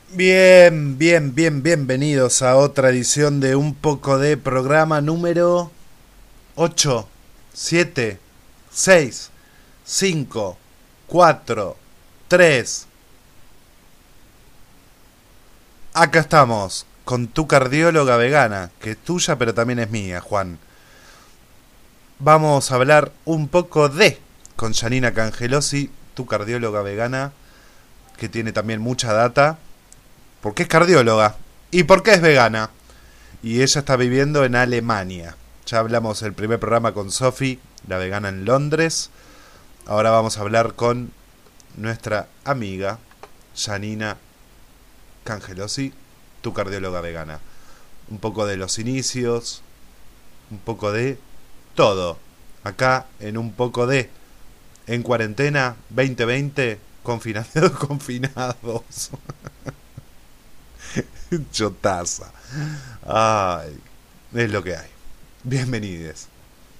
Bienvenidos a otra edición de Un poco de programa número 8, 7, 6, 5, 4, 3. Acá estamos con tu cardióloga vegana, que es tuya pero también es mía, Juan. Vamos a hablar un poco con Janina Cangelosi, tu cardióloga vegana, que tiene también mucha data, porque es cardióloga y porque es vegana. Y ella está viviendo en Alemania. Ya hablamos el primer programa con Sophie, la vegana en Londres. Ahora vamos a hablar con nuestra amiga Janina Cangelosi, tu cardióloga vegana. Un poco de los inicios, un poco de todo. Acá en un poco de en cuarentena 2020, confinados. Chotaza. Ay, es lo que hay. Bienvenides.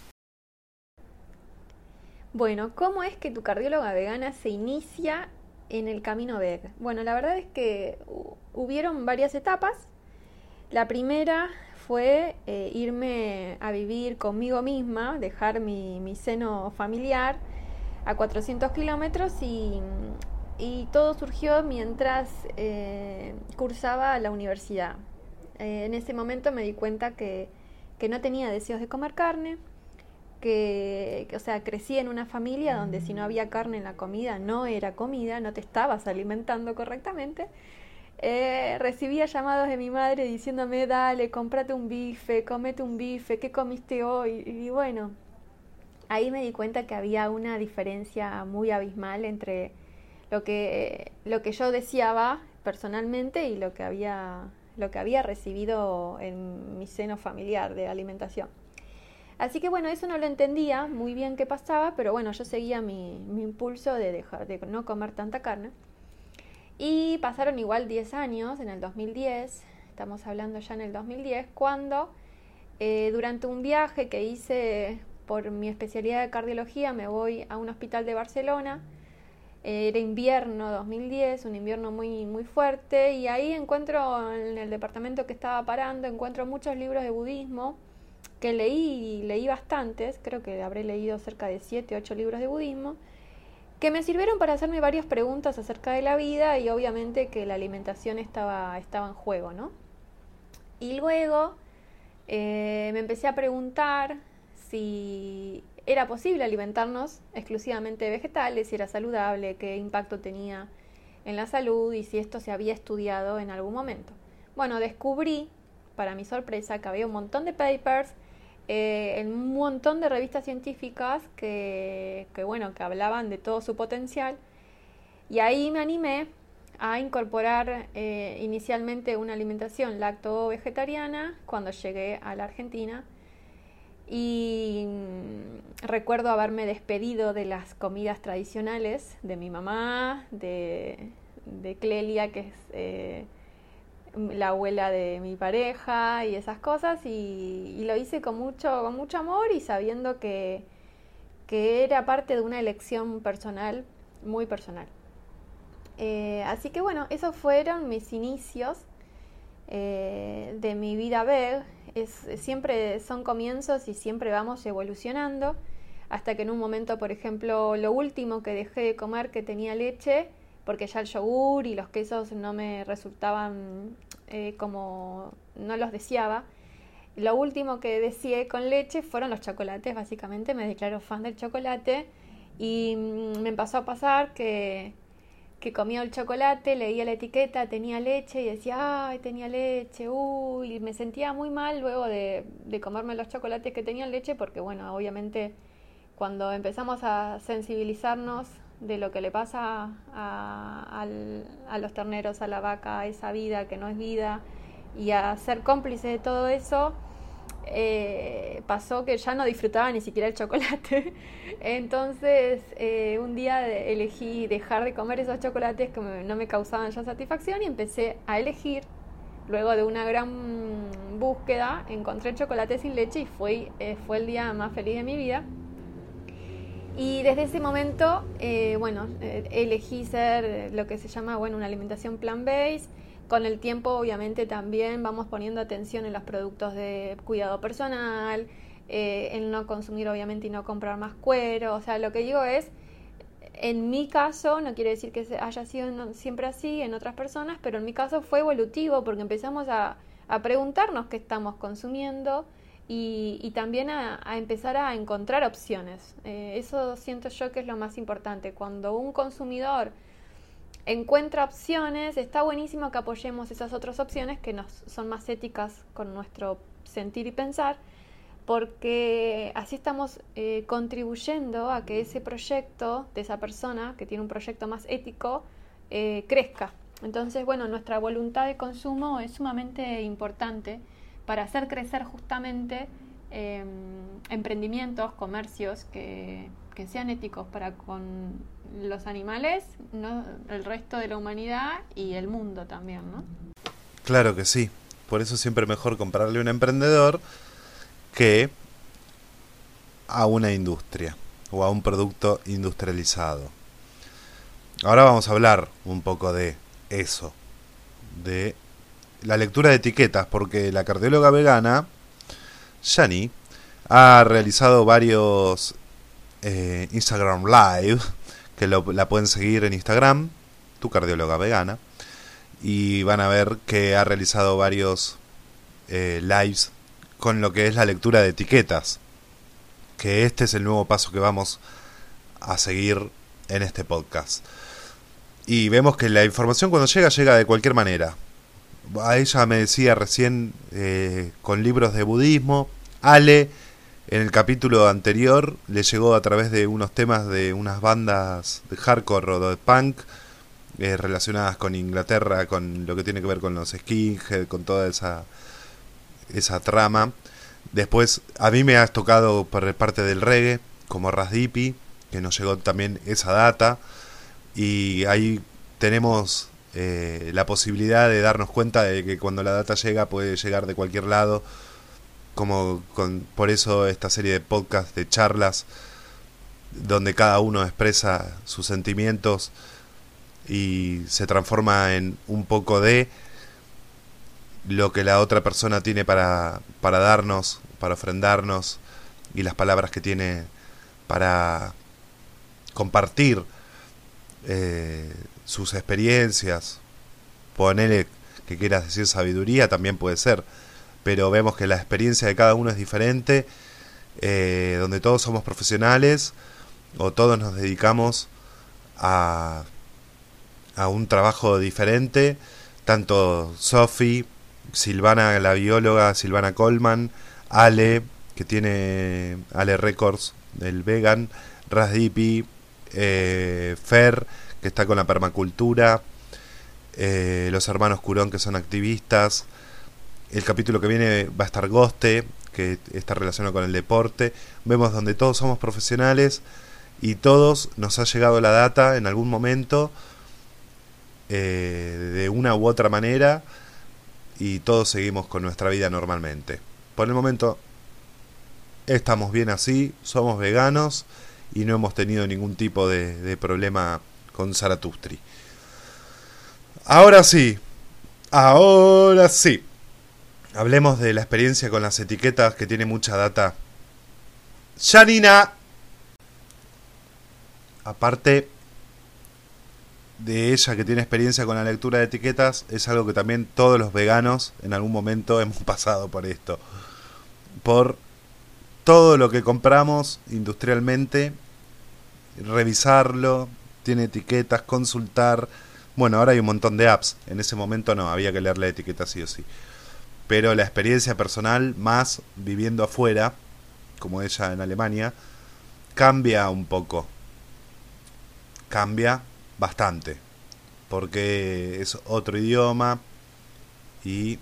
Bueno, ¿cómo es que tu cardióloga vegana se inicia en el camino veg? Bueno, la verdad es que hubieron varias etapas. La primera fue irme a vivir conmigo misma, dejar mi seno familiar a 400 kilómetros y todo surgió mientras cursaba la universidad. En ese momento me di cuenta que no tenía deseos de comer carne, o sea, crecí en una familia donde si no había carne en la comida no era comida, no te estabas alimentando correctamente. Recibía llamados de mi madre diciéndome, dale, cómprate un bife, comete un bife, ¿qué comiste hoy? Y bueno, ahí me di cuenta que había una diferencia muy abismal entre lo que yo deseaba personalmente y lo que había recibido en mi seno familiar de alimentación. Así que bueno, eso no lo entendía muy bien qué pasaba, pero bueno, yo seguía mi impulso de no comer tanta carne. Y pasaron igual 10 años, en el 2010, estamos hablando ya en el 2010, cuando durante un viaje que hice por mi especialidad de cardiología me voy a un hospital de Barcelona. Era invierno 2010, un invierno muy, muy fuerte, y ahí encuentro, en el departamento que estaba parando, encuentro muchos libros de budismo que leí bastantes, creo que habré leído cerca de 7, 8 libros de budismo, que me sirvieron para hacerme varias preguntas acerca de la vida y obviamente que la alimentación estaba en juego, ¿no? Y luego me empecé a preguntar si era posible alimentarnos exclusivamente de vegetales, si era saludable, qué impacto tenía en la salud y si esto se había estudiado en algún momento. Bueno, descubrí, para mi sorpresa, que había un montón de papers en un montón de revistas científicas que hablaban de todo su potencial, y ahí me animé a incorporar inicialmente una alimentación lacto-vegetariana cuando llegué a la Argentina. Y recuerdo haberme despedido de las comidas tradicionales de mi mamá, de Clelia, que es la abuela de mi pareja, y esas cosas, y lo hice con mucho amor y sabiendo que era parte de una elección personal, muy personal. Así que bueno, esos fueron mis inicios de mi vida veg. Siempre son comienzos y siempre vamos evolucionando hasta que en un momento, por ejemplo, lo último que dejé de comer que tenía leche, porque ya el yogur y los quesos no me resultaban como no los deseaba. Lo último que deseé con leche fueron los chocolates. Básicamente me declaro fan del chocolate y me empezó a pasar que comía el chocolate, leía la etiqueta, tenía leche y decía, ay, tenía leche, uy, y me sentía muy mal luego de comerme los chocolates que tenían leche, porque bueno, obviamente cuando empezamos a sensibilizarnos de lo que le pasa a los terneros, a la vaca, a esa vida que no es vida, y a ser cómplice de todo eso, pasó que ya no disfrutaba ni siquiera el chocolate. Entonces un día elegí dejar de comer esos chocolates que no me causaban ya satisfacción y empecé a elegir. Luego de una gran búsqueda encontré el chocolate sin leche y fue el día más feliz de mi vida. Y desde ese momento, elegí ser lo que se llama, una alimentación plant-based, con el tiempo obviamente también vamos poniendo atención en los productos de cuidado personal, en no consumir obviamente y no comprar más cuero. O sea, lo que digo es, en mi caso, no quiere decir que haya sido siempre así en otras personas, pero en mi caso fue evolutivo porque empezamos a preguntarnos qué estamos consumiendo y también a empezar a encontrar opciones. Eso siento yo que es lo más importante. Cuando un consumidor encuentra opciones, está buenísimo que apoyemos esas otras opciones que son más éticas con nuestro sentir y pensar, porque así estamos contribuyendo a que ese proyecto de esa persona que tiene un proyecto más ético crezca. Entonces, bueno, nuestra voluntad de consumo es sumamente importante para hacer crecer justamente emprendimientos, comercios que sean éticos para con los animales, ¿no? El resto de la humanidad y el mundo también, ¿no? Claro que sí. Por eso siempre es mejor comprarle a un emprendedor que a una industria o a un producto industrializado. Ahora vamos a hablar un poco de eso, de la lectura de etiquetas, porque la cardióloga vegana, Yani, ha realizado varios Instagram Live, que la pueden seguir en Instagram, tu cardióloga vegana, y van a ver que ha realizado varios lives con lo que es la lectura de etiquetas, que este es el nuevo paso que vamos a seguir en este podcast. Y vemos que la información cuando llega de cualquier manera. A ella me decía recién con libros de budismo. Ale, en el capítulo anterior, le llegó a través de unos temas de unas bandas de hardcore o de punk relacionadas con Inglaterra, con lo que tiene que ver con los skinhead, con toda esa trama. Después a mí me has tocado por parte del reggae, como Rasdipi, que nos llegó también esa data, y ahí tenemos la posibilidad de darnos cuenta de que cuando la data llega puede llegar de cualquier lado, por eso esta serie de podcasts, de charlas, donde cada uno expresa sus sentimientos y se transforma en un poco de lo que la otra persona tiene para darnos, para ofrendarnos, y las palabras que tiene para compartir sus experiencias. Ponele que quieras decir sabiduría, también puede ser, pero vemos que la experiencia de cada uno es diferente, donde todos somos profesionales o todos nos dedicamos a un trabajo diferente, tanto Sophie, Silvana, la bióloga, Silvana Coleman, Ale, que tiene Ale Records, el vegan, Rasdipi, Fer, que está con la permacultura, los hermanos Curón, que son activistas. El capítulo que viene va a estar Goste, que está relacionado con el deporte. Vemos donde todos somos profesionales y todos nos ha llegado la data en algún momento, de una u otra manera, y todos seguimos con nuestra vida normalmente. Por el momento estamos bien así, somos veganos y no hemos tenido ningún tipo de problema con Zaratustri. Ahora sí, hablemos de la experiencia con las etiquetas, que tiene mucha data Janina. Aparte de ella, que tiene experiencia con la lectura de etiquetas, es algo que también todos los veganos en algún momento hemos pasado por esto, por todo lo que compramos industrialmente, revisarlo, tiene etiquetas, consultar. Bueno, ahora hay un montón de apps, en ese momento no, había que leer la etiqueta sí o sí, pero la experiencia personal, más viviendo afuera, como ella en Alemania, cambia un poco, cambia bastante, porque es otro idioma y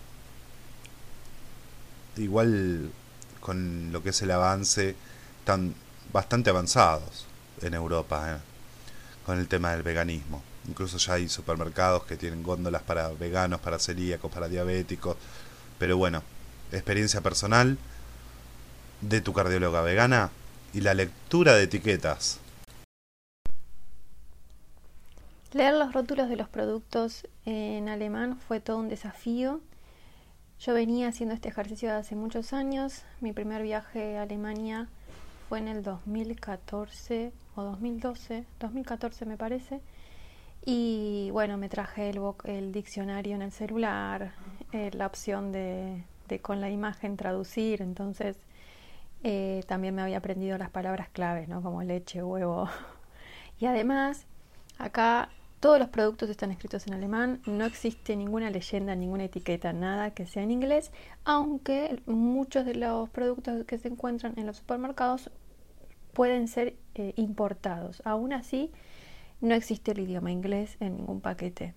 igual con lo que es el avance, están bastante avanzados en Europa, con el tema del veganismo. Incluso ya hay supermercados que tienen góndolas para veganos, para celíacos, para diabéticos. Pero bueno, experiencia personal de tu cardióloga vegana y la lectura de etiquetas. Leer los rótulos de los productos en alemán fue todo un desafío. Yo venía haciendo este ejercicio de hace muchos años. Mi primer viaje a Alemania fue en el 2014 o 2012, 2014 me parece. Y bueno, me traje el diccionario en el celular, la opción de con la imagen traducir. Entonces también me había aprendido las palabras claves, ¿no? Como leche, huevo. Y además, acá todos los productos están escritos en alemán, no existe ninguna leyenda, ninguna etiqueta, nada que sea en inglés, aunque muchos de los productos que se encuentran en los supermercados pueden ser importados. Aún así, no existe el idioma inglés en ningún paquete.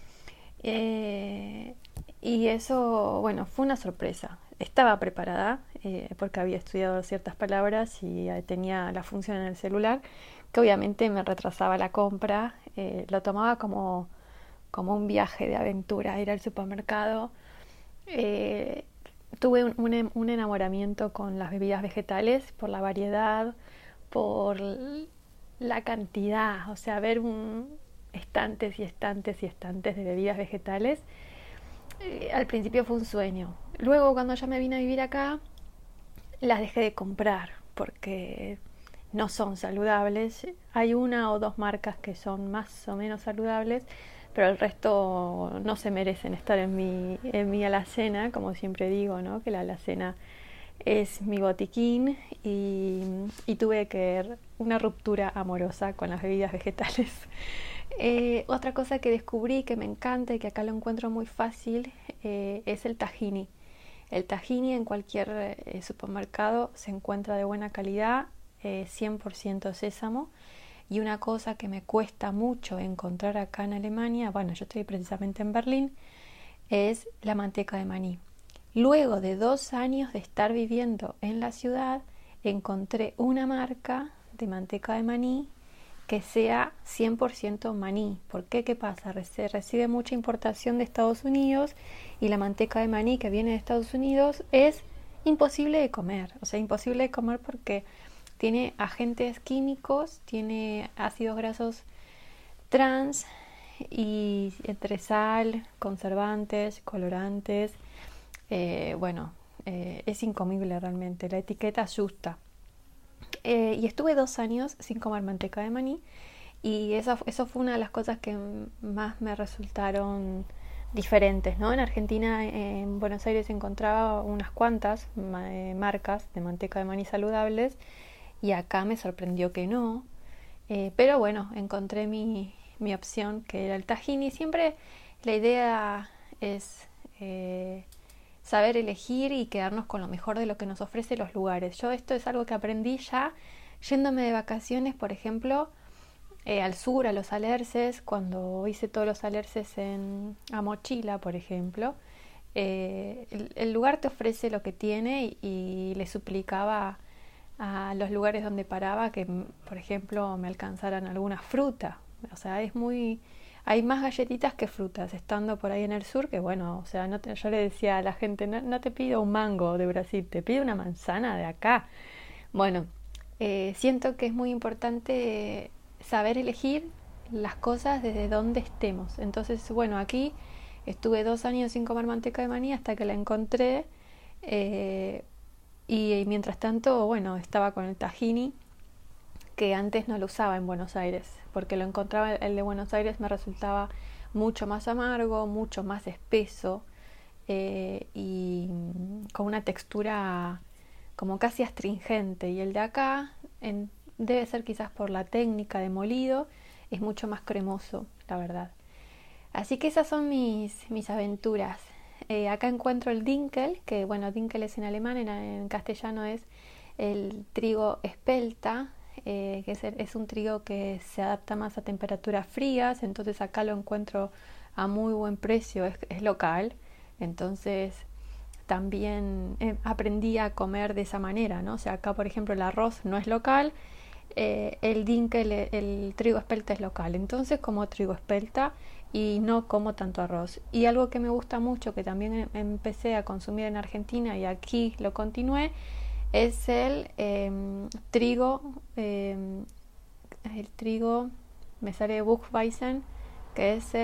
Y eso, bueno, fue una sorpresa. Estaba preparada porque había estudiado ciertas palabras y tenía la función en el celular, que obviamente me retrasaba la compra. Lo tomaba como un viaje de aventura, ir al supermercado. Tuve un enamoramiento con las bebidas vegetales por la variedad, por la cantidad, o sea, ver estantes y estantes y estantes de bebidas vegetales. Al principio fue un sueño. Luego, cuando ya me vine a vivir acá, las dejé de comprar porque no son saludables. Hay una o dos marcas que son más o menos saludables, pero el resto no se merecen estar en mi alacena, como siempre digo, ¿no? Que la alacena es mi botiquín y tuve una ruptura amorosa con las bebidas vegetales. Otra cosa que descubrí que me encanta y que acá lo encuentro muy fácil es el tahini. El tahini en cualquier supermercado se encuentra de buena calidad, 100% sésamo. Y una cosa que me cuesta mucho encontrar acá en Alemania, bueno, yo estoy precisamente en Berlín, es la manteca de maní. Luego de 2 años de estar viviendo en la ciudad, encontré una marca de manteca de maní que sea 100% maní. ¿Por qué? ¿Qué pasa? Se recibe mucha importación de Estados Unidos y la manteca de maní que viene de Estados Unidos es imposible de comer. O sea, imposible de comer porque tiene agentes químicos, tiene ácidos grasos trans y entre sal, conservantes, colorantes. Es incomible realmente. La etiqueta asusta. Y estuve 2 años sin comer manteca de maní y eso fue una de las cosas que más me resultaron diferentes, ¿no? En Argentina, en Buenos Aires, encontraba unas cuantas marcas de manteca de maní saludables y acá me sorprendió que no. Pero bueno, encontré mi opción, que era el tahini. Siempre la idea es saber elegir y quedarnos con lo mejor de lo que nos ofrecen los lugares. Yo esto es algo que aprendí ya yéndome de vacaciones, por ejemplo, al sur, a los Alerces, cuando hice todos los Alerces a Mochila, por ejemplo. El lugar te ofrece lo que tiene y le suplicaba a los lugares donde paraba que, por ejemplo, me alcanzaran alguna fruta. O sea, hay más galletitas que frutas estando por ahí en el sur, que bueno, o sea, yo le decía a la gente, no te pido un mango de Brasil, te pido una manzana de acá. Bueno, siento que es muy importante saber elegir las cosas desde donde estemos. Entonces, bueno, aquí estuve 2 años sin comer manteca de maní hasta que la encontré y mientras tanto, bueno, estaba con el tahini, que antes no lo usaba en Buenos Aires, porque lo encontraba, el de Buenos Aires me resultaba mucho más amargo, mucho más espeso y con una textura como casi astringente, y el de acá debe ser quizás por la técnica de molido, es mucho más cremoso, la verdad. Así que esas son mis aventuras. Acá encuentro el Dinkel, que bueno, Dinkel es en alemán, en castellano es el trigo espelta, que es un trigo que se adapta más a temperaturas frías, entonces acá lo encuentro a muy buen precio, es local, entonces también aprendí a comer de esa manera, ¿no? O sea, acá por ejemplo el arroz no es local, el Dinkel, el trigo espelta es local, entonces como trigo espelta y no como tanto arroz. Y algo que me gusta mucho, que también empecé a consumir en Argentina y aquí lo continué, es el trigo, me sale Buchweizen, que es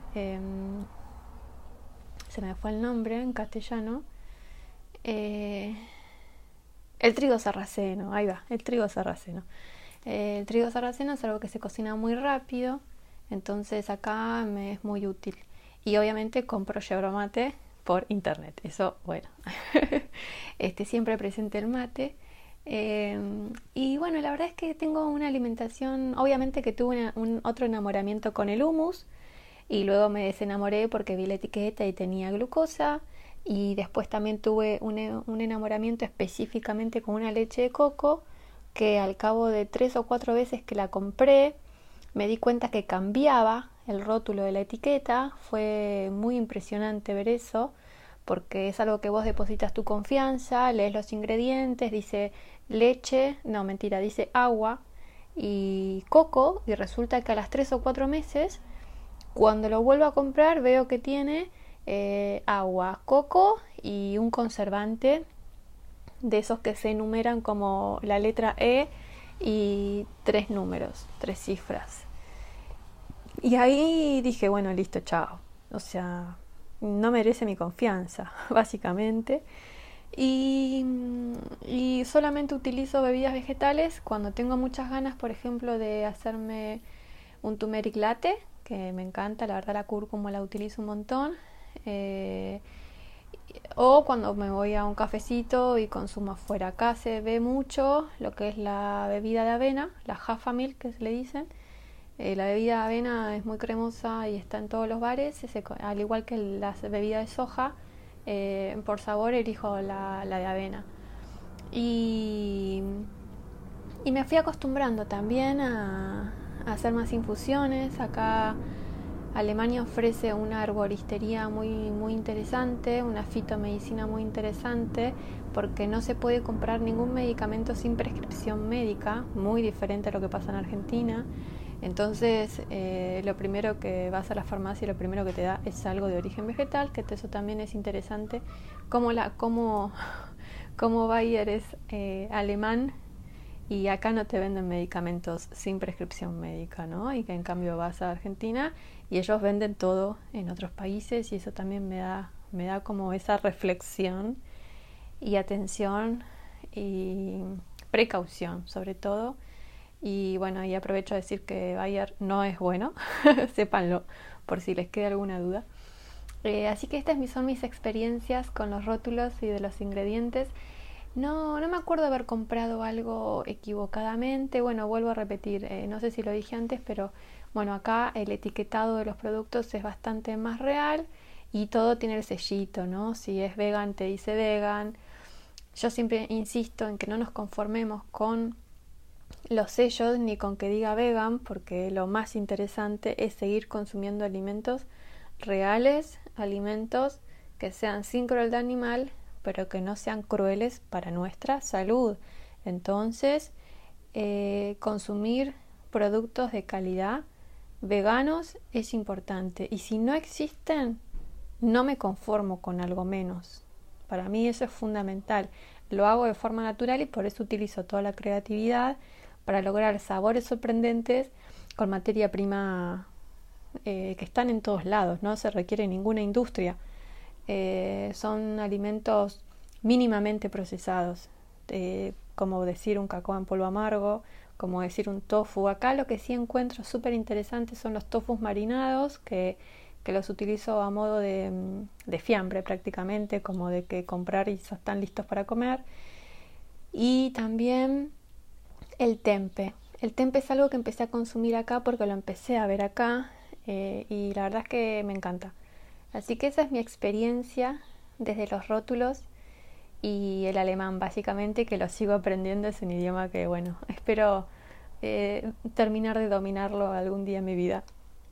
se me fue el nombre en castellano, el trigo sarraceno, ahí va, el trigo sarraceno. El trigo sarraceno es algo que se cocina muy rápido, entonces acá me es muy útil. Y obviamente compro yerba mate por internet, eso bueno, siempre presente el mate. Y bueno, la verdad es que tengo una alimentación, obviamente que tuve otro enamoramiento con el hummus y luego me desenamoré porque vi la etiqueta y tenía glucosa, y después también tuve un enamoramiento específicamente con una leche de coco que al cabo de 3 o 4 veces que la compré me di cuenta que cambiaba el rótulo de la etiqueta. Fue muy impresionante ver eso, porque es algo que vos depositas tu confianza, lees los ingredientes, dice leche, no mentira, dice agua y coco, y resulta que a las 3 o 4 meses, cuando lo vuelvo a comprar, veo que tiene agua, coco y un conservante de esos que se enumeran como la letra E y 3 números, 3 cifras. Y ahí dije, bueno, listo, chao. O sea, no merece mi confianza, básicamente. Y solamente utilizo bebidas vegetales cuando tengo muchas ganas, por ejemplo, de hacerme un turmeric latte, que me encanta, la verdad la cúrcuma la utilizo un montón. O cuando me voy a un cafecito y consumo afuera. Acá se ve mucho lo que es la bebida de avena, la Jaffa Milk que se le dicen. La bebida de avena es muy cremosa y está en todos los bares, al igual que las bebidas de soja. Por sabor elijo la de avena. Y me fui acostumbrando también a hacer más infusiones. Acá Alemania ofrece una herboristería muy, muy interesante, una fitomedicina muy interesante, porque no se puede comprar ningún medicamento sin prescripción médica, muy diferente a lo que pasa en Argentina. Entonces, lo primero que vas a la farmacia, lo primero que te da es algo de origen vegetal, que eso también es interesante. Como Bayer es alemán, y acá no te venden medicamentos sin prescripción médica, ¿no? Y que en cambio vas a Argentina y ellos venden todo en otros países, y eso también me da como esa reflexión y atención y precaución sobre todo. Y bueno, y aprovecho a decir que Bayer no es bueno, sépanlo por si les queda alguna duda. Así que estas son mis experiencias con los rótulos y de los ingredientes. No me acuerdo haber comprado algo equivocadamente. Bueno, vuelvo a repetir, no sé si lo dije antes, pero bueno, acá el etiquetado de los productos es bastante más real y todo tiene el sellito, ¿no? Si es vegan, te dice vegan. Yo siempre insisto en que no nos conformemos con los sellos ni con que diga vegan, porque lo más interesante es seguir consumiendo alimentos reales, alimentos que sean sin crueldad animal, pero que no sean crueles para nuestra salud. Entonces, consumir productos de calidad veganos es importante, y si no existen, no me conformo con algo menos. Para mí eso es fundamental. Lo hago de forma natural y por eso utilizo toda la creatividad para lograr sabores sorprendentes con materia prima que están en todos lados, no se requiere ninguna industria. Son alimentos mínimamente procesados, como decir un cacao en polvo amargo, como decir un tofu. Acá lo que sí encuentro súper interesante son los tofus marinados, que los utilizo a modo de fiambre prácticamente, como de que comprar y están listos para comer. Y también el tempe. El tempe es algo que empecé a consumir acá porque lo empecé a ver acá, y la verdad es que me encanta. Así que esa es mi experiencia desde los rótulos y el alemán, básicamente, que lo sigo aprendiendo. Es un idioma que, bueno, espero terminar de dominarlo algún día en mi vida.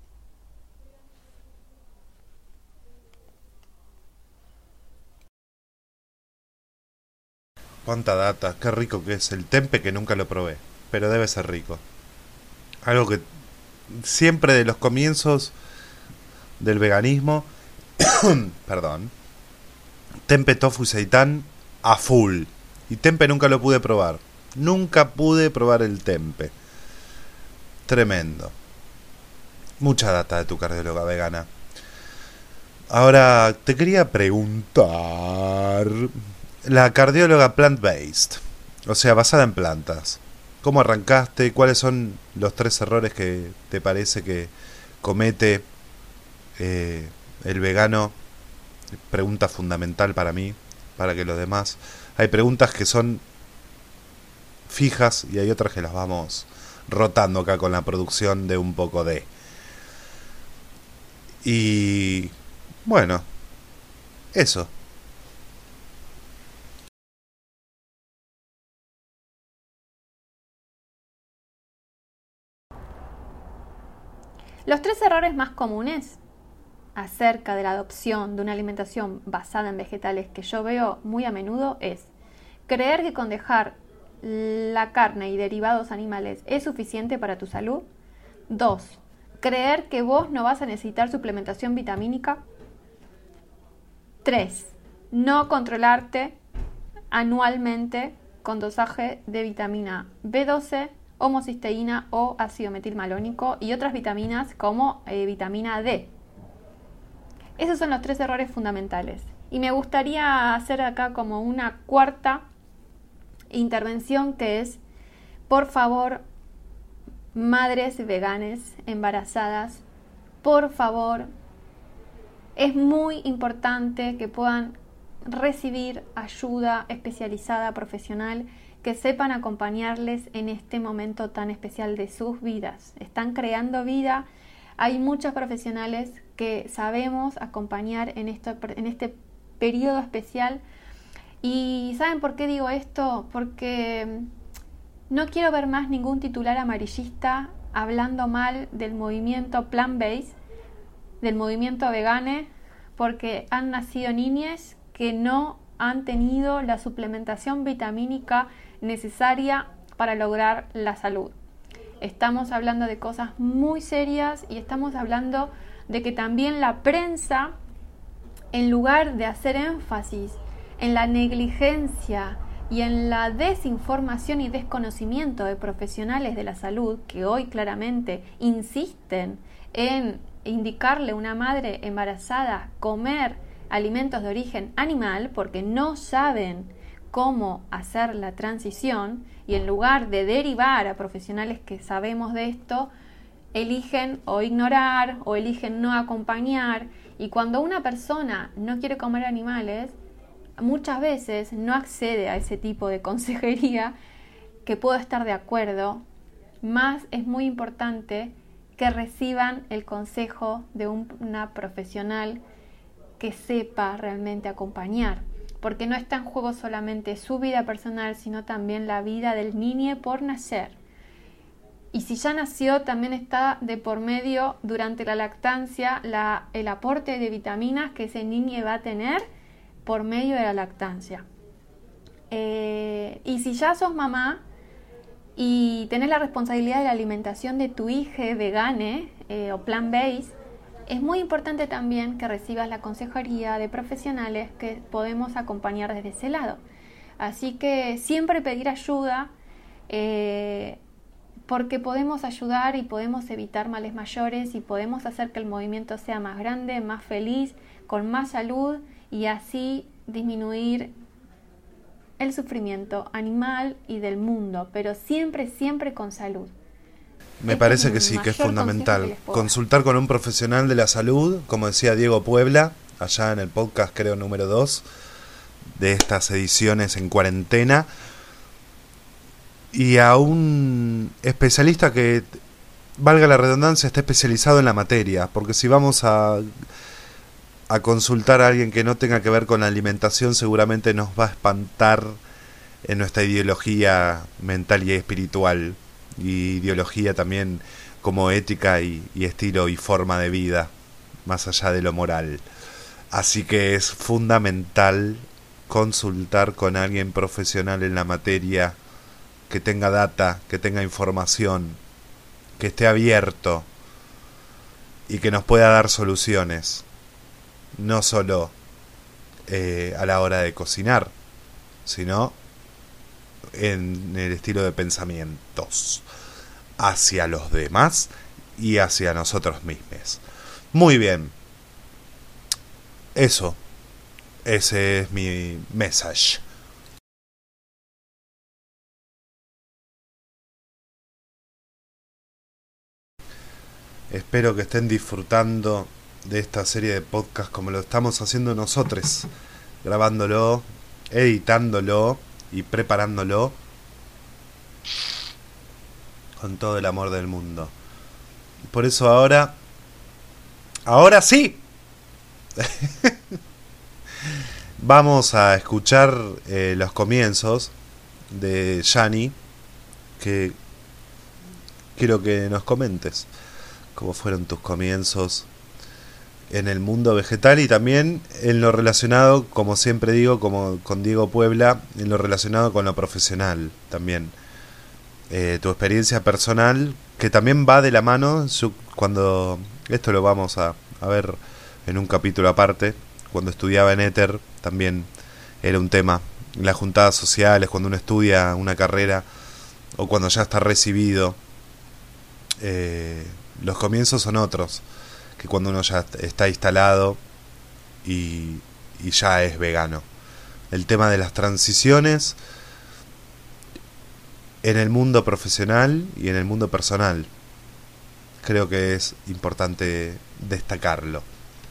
Cuánta data, qué rico que es el tempe, que nunca lo probé, pero debe ser rico. Algo que siempre de los comienzos del veganismo, perdón, tempe, tofu y seitán a full. Y tempe nunca lo pude probar. Nunca pude probar el tempe. Tremendo. mucha data de tu cardióloga vegana. Ahora, te quería preguntar, la cardióloga plant-based, o sea, basada en plantas, ¿cómo arrancaste? ¿Cuáles son los 3 errores que te parece que comete el vegano? Pregunta fundamental para mí, para que los demás... Hay preguntas que son fijas y hay otras que las vamos rotando acá con la producción de un poco de... Y... bueno, eso. Los 3 errores más comunes acerca de la adopción de una alimentación basada en vegetales que yo veo muy a menudo es creer que con dejar la carne y derivados animales es suficiente para tu salud. 2. Creer que vos no vas a necesitar suplementación vitamínica. 3. No controlarte anualmente con dosaje de vitamina B12, homocisteína o ácido metilmalónico y otras vitaminas como vitamina D. Esos son los 3 errores fundamentales. Y me gustaría hacer acá como una cuarta intervención que es, por favor, madres veganas embarazadas, por favor, es muy importante que puedan recibir ayuda especializada, profesional, que sepan acompañarles en este momento tan especial de sus vidas. Están creando vida. Hay muchos profesionales que sabemos acompañar en este periodo especial. ¿Y saben por qué digo esto? Porque no quiero ver más ningún titular amarillista hablando mal del movimiento plant-based, del movimiento vegane, porque han nacido niñas que no han tenido la suplementación vitamínica necesaria para lograr la salud. Estamos hablando de cosas muy serias y estamos hablando de que también la prensa, en lugar de hacer énfasis en la negligencia y en la desinformación y desconocimiento de profesionales de la salud que hoy claramente insisten en indicarle a una madre embarazada comer alimentos de origen animal porque no saben cómo hacer la transición, y en lugar de derivar a profesionales que sabemos de esto, eligen o ignorar o eligen no acompañar. Y cuando una persona no quiere comer animales, muchas veces no accede a ese tipo de consejería, que puedo estar de acuerdo, más es muy importante que reciban el consejo de una profesional que sepa realmente acompañar, porque no está en juego solamente su vida personal, sino también la vida del niño por nacer. Y si ya nació, también está de por medio durante la lactancia el aporte de vitaminas que ese niño va a tener por medio de la lactancia. Y si ya sos mamá y tenés la responsabilidad de la alimentación de tu hija vegane o plant-based, es muy importante también que recibas la consejería de profesionales que podemos acompañar desde ese lado. Así que siempre pedir ayuda, porque podemos ayudar y podemos evitar males mayores y podemos hacer que el movimiento sea más grande, más feliz, con más salud, y así disminuir el sufrimiento animal y del mundo, pero siempre, siempre con salud. Me parece que sí, que es fundamental consultar con un profesional de la salud, como decía Diego Puebla, allá en el podcast creo número 2 de estas ediciones en cuarentena, y a un especialista que, valga la redundancia, esté especializado en la materia, porque si vamos a consultar a alguien que no tenga que ver con la alimentación, seguramente nos va a espantar en nuestra ideología mental y espiritual, y ideología también como ética y estilo y forma de vida, más allá de lo moral. Así que es fundamental consultar con alguien profesional en la materia, que tenga data, que tenga información, que esté abierto y que nos pueda dar soluciones, no solo a la hora de cocinar, sino en el estilo de pensamientos hacia los demás y hacia nosotros mismos. Muy bien. Eso. Ese es mi message. Espero que estén disfrutando de esta serie de podcast como lo estamos haciendo nosotros, grabándolo, editándolo y preparándolo con todo el amor del mundo. Por eso ahora sí, vamos a escuchar los comienzos de Yani, que quiero que nos comentes cómo fueron tus comienzos en el mundo vegetal y también en lo relacionado, como siempre digo, como con Diego Puebla, en lo relacionado con lo profesional también. Tu experiencia personal, que también va de la mano, cuando esto lo vamos a ver en un capítulo aparte, cuando estudiaba en Éter también era un tema, en las juntadas sociales, cuando uno estudia una carrera o cuando ya está recibido, los comienzos son otros que cuando uno ya está instalado y ya es vegano. El tema de las transiciones en el mundo profesional y en el mundo personal, creo que es importante destacarlo.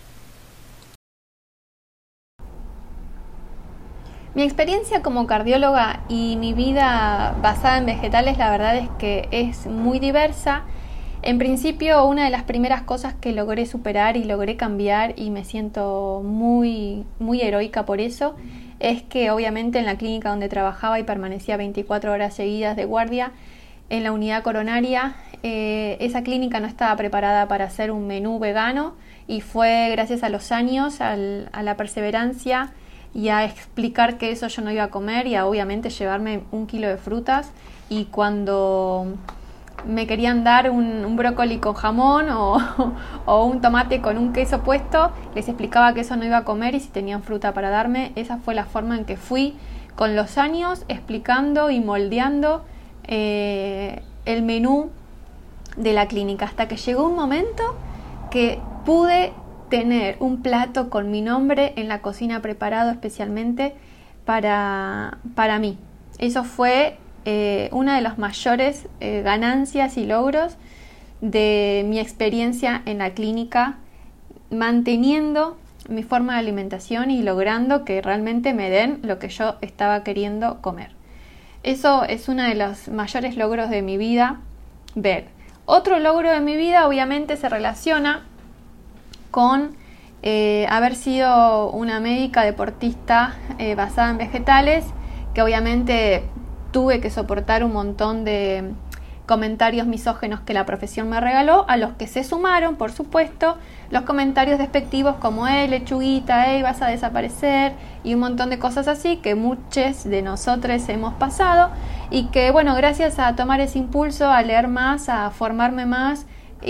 Mi experiencia como cardióloga y mi vida basada en vegetales, la verdad es que es muy diversa. En principio, una de las primeras cosas que logré superar y logré cambiar, y me siento muy, muy heroica por eso, es que obviamente en la clínica donde trabajaba y permanecía 24 horas seguidas de guardia, en la unidad coronaria, esa clínica no estaba preparada para hacer un menú vegano, y fue gracias a los años, a la perseverancia y a explicar que eso yo no iba a comer, y a obviamente llevarme 1 kilo de frutas, y cuando me querían dar un brócoli con jamón o un tomate con un queso puesto, les explicaba que eso no iba a comer y si tenían fruta para darme. Esa fue la forma en que fui con los años explicando y moldeando el menú de la clínica, hasta que llegó un momento que pude tener un plato con mi nombre en la cocina preparado especialmente para mí. Eso fue una de las mayores ganancias y logros de mi experiencia en la clínica, manteniendo mi forma de alimentación y logrando que realmente me den lo que yo estaba queriendo comer. Eso es uno de los mayores logros de mi vida, ver. Otro logro de mi vida obviamente se relaciona con haber sido una médica deportista basada en vegetales, que obviamente tuve que soportar un montón de comentarios misóginos que la profesión me regaló, a los que se sumaron, por supuesto, los comentarios despectivos como lechuguita, vas a desaparecer, y un montón de cosas así que muchos de nosotros hemos pasado, y que bueno, gracias a tomar ese impulso, a leer más, a formarme más,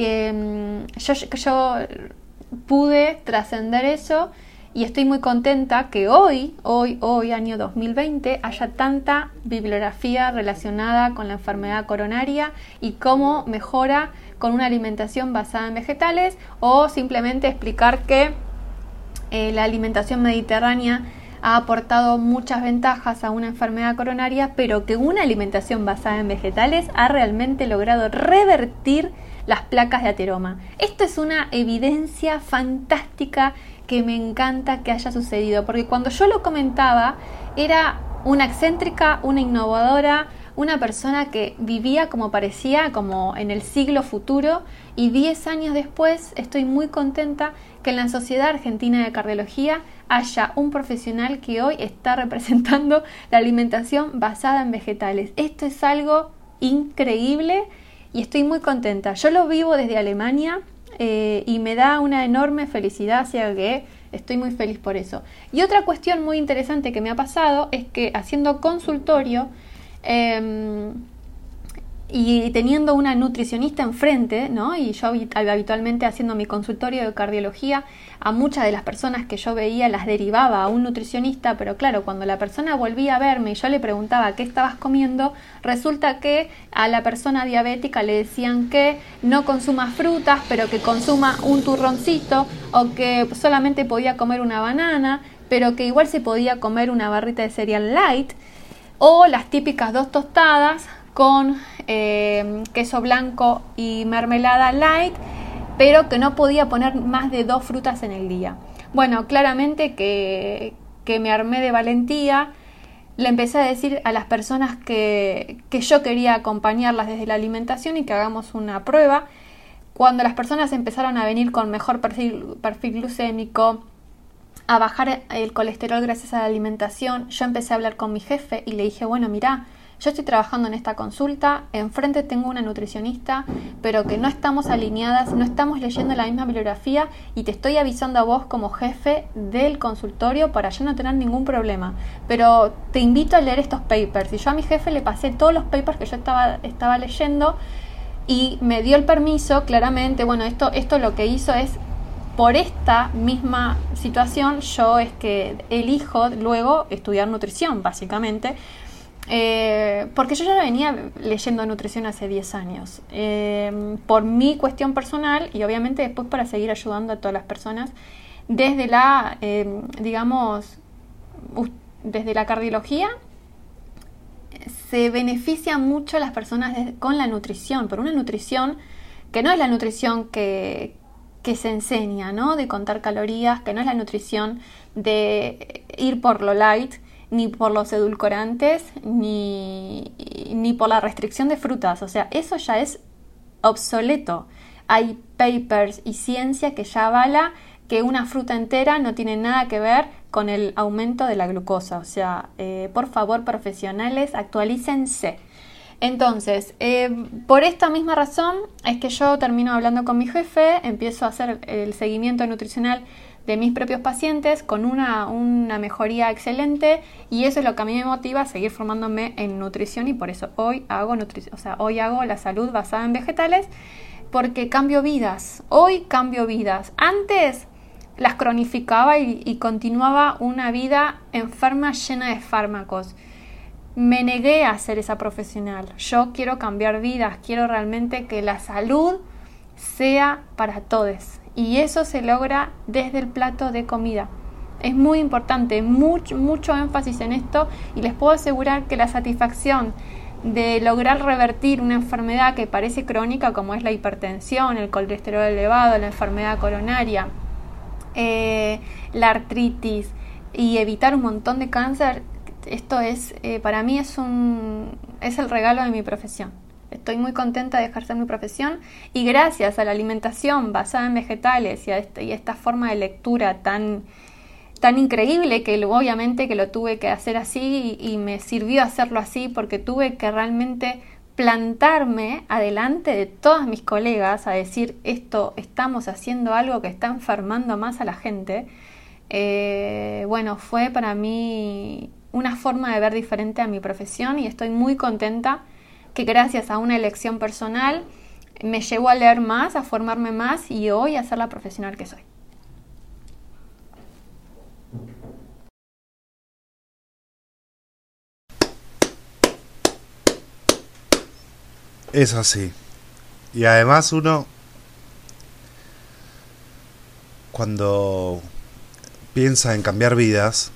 yo pude trascender eso. Y estoy muy contenta que hoy, año 2020, haya tanta bibliografía relacionada con la enfermedad coronaria y cómo mejora con una alimentación basada en vegetales, o simplemente explicar que la alimentación mediterránea ha aportado muchas ventajas a una enfermedad coronaria, pero que una alimentación basada en vegetales ha realmente logrado revertir las placas de ateroma. Esto es una evidencia fantástica que me encanta que haya sucedido, porque cuando yo lo comentaba era una excéntrica, una innovadora, una persona que vivía como parecía, como en el siglo futuro, y 10 años después estoy muy contenta que en la Sociedad Argentina de Cardiología haya un profesional que hoy está representando la alimentación basada en vegetales. Esto es algo increíble y estoy muy contenta. Yo lo vivo desde Alemania, y me da una enorme felicidad, o sea que estoy muy feliz por eso. Y otra cuestión muy interesante que me ha pasado es que haciendo consultorio, y teniendo una nutricionista enfrente, ¿no? Y yo habitualmente haciendo mi consultorio de cardiología, a muchas de las personas que yo veía las derivaba a un nutricionista, pero claro, cuando la persona volvía a verme y yo le preguntaba qué estabas comiendo, resulta que a la persona diabética le decían que no consuma frutas, pero que consuma un turroncito, o que solamente podía comer una banana, pero que igual se podía comer una barrita de cereal light, o las típicas 2 tostadas con queso blanco y mermelada light, pero que no podía poner más de 2 frutas en el día. Bueno, claramente que me armé de valentía, le empecé a decir a las personas que yo quería acompañarlas desde la alimentación y que hagamos una prueba. Cuando las personas empezaron a venir con mejor perfil glucémico, a bajar el colesterol gracias a la alimentación, yo empecé a hablar con mi jefe y le dije, bueno, mirá, yo estoy trabajando en esta consulta, enfrente tengo una nutricionista, pero que no estamos alineadas, no estamos leyendo la misma bibliografía y te estoy avisando a vos como jefe del consultorio para yo no tener ningún problema. Pero te invito a leer estos papers. Y yo a mi jefe le pasé todos los papers que yo estaba leyendo y me dio el permiso, claramente. Bueno, esto lo que hizo es, por esta misma situación, yo es que elijo luego estudiar nutrición, básicamente. Porque yo ya venía leyendo nutrición hace 10 años, por mi cuestión personal y obviamente después para seguir ayudando a todas las personas desde la, desde la cardiología. Se benefician mucho las personas con la nutrición, pero una nutrición que no es la nutrición que se enseña, ¿no? De contar calorías, que no es la nutrición de ir por lo light, ni por los edulcorantes, ni por la restricción de frutas. O sea, eso ya es obsoleto. Hay papers y ciencia que ya avala que una fruta entera no tiene nada que ver con el aumento de la glucosa. O sea, por favor, profesionales, actualícense. Entonces, por esta misma razón es que yo termino hablando con mi jefe, empiezo a hacer el seguimiento nutricional de mis propios pacientes con una mejoría excelente, y eso es lo que a mí me motiva a seguir formándome en nutrición, y por eso hoy hago hoy hago la salud basada en vegetales, porque cambio vidas. Hoy cambio vidas. Antes las cronificaba y continuaba una vida enferma llena de fármacos. Me negué a ser esa profesional. Yo quiero cambiar vidas, quiero realmente que la salud sea para todos. Y eso se logra desde el plato de comida. Es muy importante, mucho énfasis en esto, y les puedo asegurar que la satisfacción de lograr revertir una enfermedad que parece crónica, como es la hipertensión, el colesterol elevado, la enfermedad coronaria, la artritis, y evitar un montón de cáncer, esto es, para mí es el regalo de mi profesión. Estoy muy contenta de ejercer mi profesión, y gracias a la alimentación basada en vegetales y a esta forma de lectura tan increíble, que obviamente que lo tuve que hacer así, y me sirvió hacerlo así porque tuve que realmente plantarme adelante de todas mis colegas a decir, estamos haciendo algo que está enfermando más a la gente. Bueno, fue para mí una forma de ver diferente a mi profesión, y estoy muy contenta que gracias a una elección personal me llevó a leer más, a formarme más, y hoy a ser la profesional que soy. Es así. Y además uno, cuando piensa en cambiar vidas,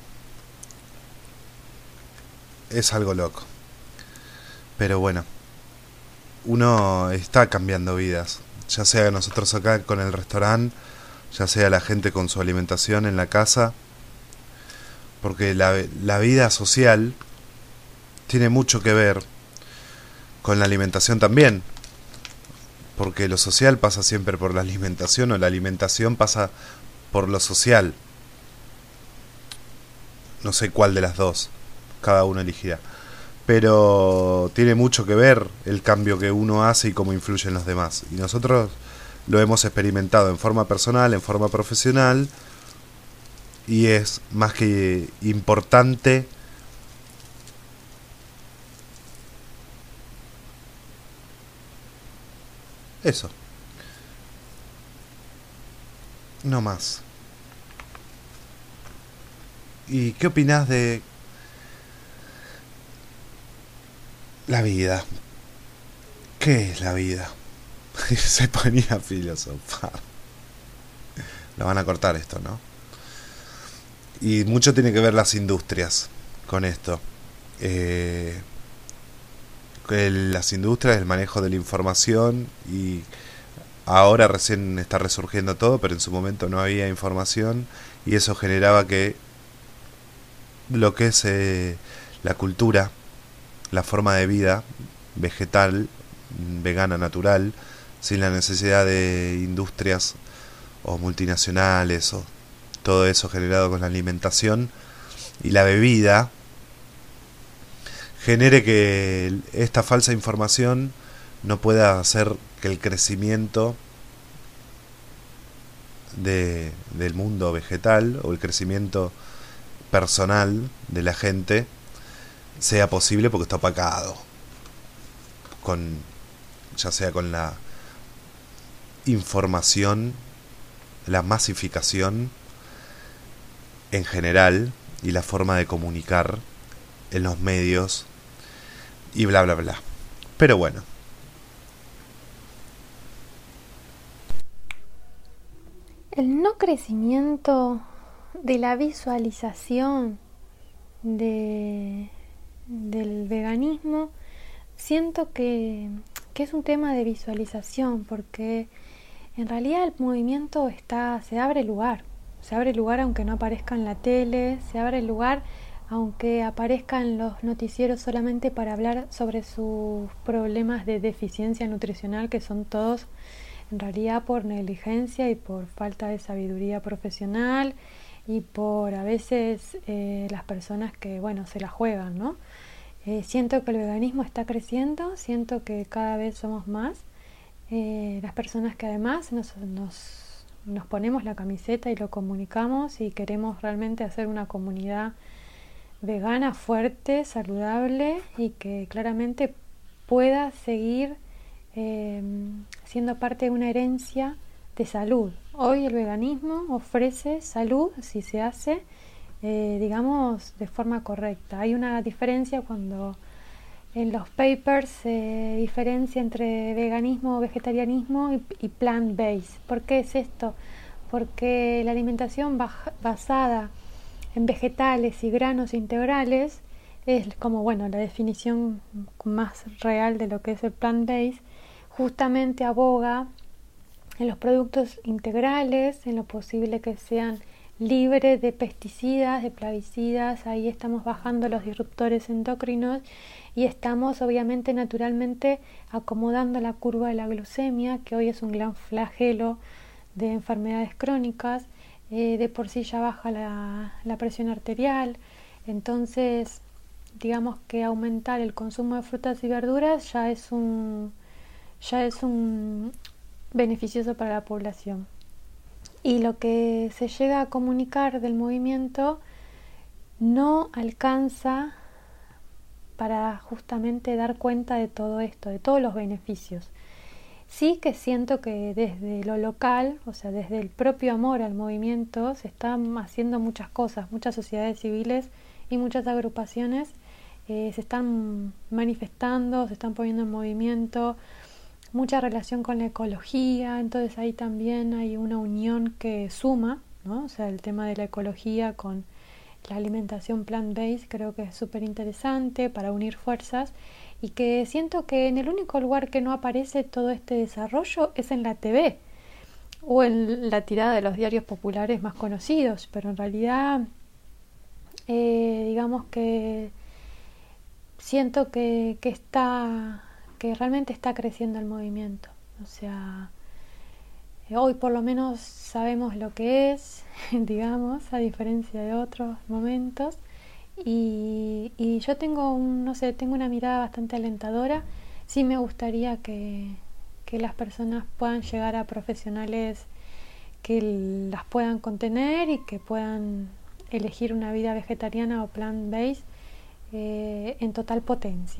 es algo loco. Pero bueno, uno está cambiando vidas, ya sea nosotros acá con el restaurante, ya sea la gente con su alimentación en la casa, porque la vida social tiene mucho que ver con la alimentación también, porque lo social pasa siempre por la alimentación, o la alimentación pasa por lo social. No sé cuál de las dos, cada uno elegirá. Pero tiene mucho que ver el cambio que uno hace y cómo influye en los demás. Y nosotros lo hemos experimentado en forma personal, en forma profesional, y es más que importante Eso, no más. ¿Y qué opinás de la vida? ¿Qué es la vida? Se ponía a filosofar. Lo van a cortar esto, ¿no? Y mucho tiene que ver las industrias con esto. Las industrias, el manejo de la información, y ahora recién está resurgiendo todo, pero en su momento no había información y eso generaba que lo que es la cultura, la forma de vida vegetal, vegana, natural, sin la necesidad de industrias o multinacionales o todo eso generado con la alimentación y la bebida, genere que esta falsa información no pueda hacer que el crecimiento del mundo vegetal o el crecimiento personal de la gente sea posible, porque está opacado con, ya sea con la información, la masificación en general y la forma de comunicar en los medios y bla bla bla. Pero bueno, El no crecimiento de la visualización del veganismo, siento que es un tema de visualización, porque en realidad el movimiento se abre lugar aunque no aparezca en la tele, se abre lugar aunque aparezcan los noticieros solamente para hablar sobre sus problemas de deficiencia nutricional, que son todos en realidad por negligencia y por falta de sabiduría profesional y por a veces las personas que, bueno, se la juegan, ¿no? Siento que el veganismo está creciendo, siento que cada vez somos más las personas que además nos ponemos la camiseta y lo comunicamos y queremos realmente hacer una comunidad vegana fuerte, saludable y que claramente pueda seguir siendo parte de una herencia de salud. Hoy el veganismo ofrece salud si se hace, digamos, de forma correcta. Hay una diferencia cuando en los papers se diferencia entre veganismo o vegetarianismo y plant-based. ¿Por qué es esto? Porque la alimentación basada en vegetales y granos integrales es como, bueno, la definición más real de lo que es el plant-based. Justamente aboga en los productos integrales, en lo posible que sean libres de pesticidas, de plaguicidas. Ahí estamos bajando los disruptores endocrinos y estamos obviamente naturalmente acomodando la curva de la glucemia, que hoy es un gran flagelo de enfermedades crónicas. De por sí ya baja la presión arterial, entonces digamos que aumentar el consumo de frutas y verduras ya es un beneficioso para la población. Y lo que se llega a comunicar del movimiento no alcanza para justamente dar cuenta de todo esto, de todos los beneficios. Sí que siento que desde lo local, o sea, desde el propio amor al movimiento, se están haciendo muchas cosas, muchas sociedades civiles y muchas agrupaciones se están manifestando, se están poniendo en movimiento, mucha relación con la ecología, entonces ahí también hay una unión que suma, ¿no? O sea, el tema de la ecología con la alimentación plant-based creo que es súper interesante para unir fuerzas y que siento que en el único lugar que no aparece todo este desarrollo es en la TV o en la tirada de los diarios populares más conocidos, pero en realidad digamos que siento que realmente está creciendo el movimiento. O sea, hoy por lo menos sabemos lo que es, digamos, a diferencia de otros momentos. Y yo tengo tengo una mirada bastante alentadora. Sí me gustaría que las personas puedan llegar a profesionales que las puedan contener y que puedan elegir una vida vegetariana o plant-based en total potencia,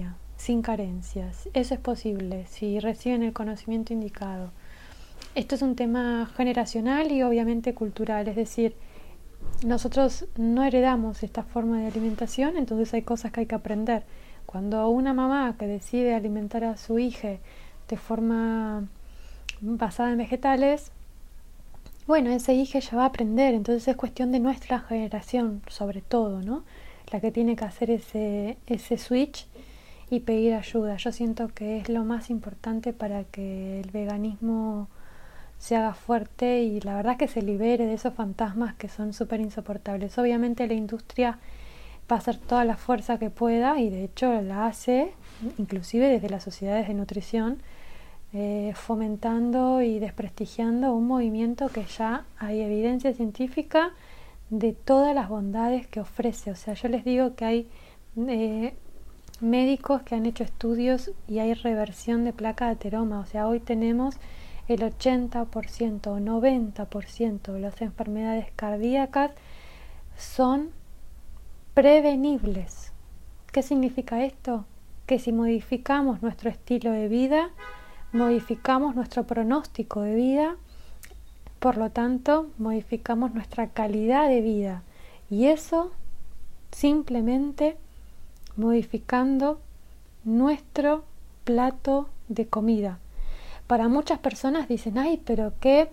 sin carencias. Eso es posible si reciben el conocimiento indicado. Esto es un tema generacional y obviamente cultural, es decir, nosotros no heredamos esta forma de alimentación, entonces hay cosas que hay que aprender. Cuando una mamá que decide alimentar a su hija de forma basada en vegetales, bueno, ese hijo ya va a aprender, entonces es cuestión de nuestra generación, sobre todo, ¿no? La que tiene que hacer ese switch y pedir ayuda. Yo siento que es lo más importante para que el veganismo se haga fuerte y la verdad que se libere de esos fantasmas que son súper insoportables. Obviamente la industria va a hacer toda la fuerza que pueda y de hecho la hace, inclusive desde las sociedades de nutrición, fomentando y desprestigiando un movimiento que ya hay evidencia científica de todas las bondades que ofrece. O sea, yo les digo que hay médicos que han hecho estudios y hay reversión de placa de ateroma. O sea, hoy tenemos el 80% o 90% de las enfermedades cardíacas son prevenibles. ¿Qué significa esto? Que si modificamos nuestro estilo de vida, modificamos nuestro pronóstico de vida, por lo tanto, modificamos nuestra calidad de vida. Y eso simplemente modificando nuestro plato de comida. Para muchas personas dicen, ay, pero qué,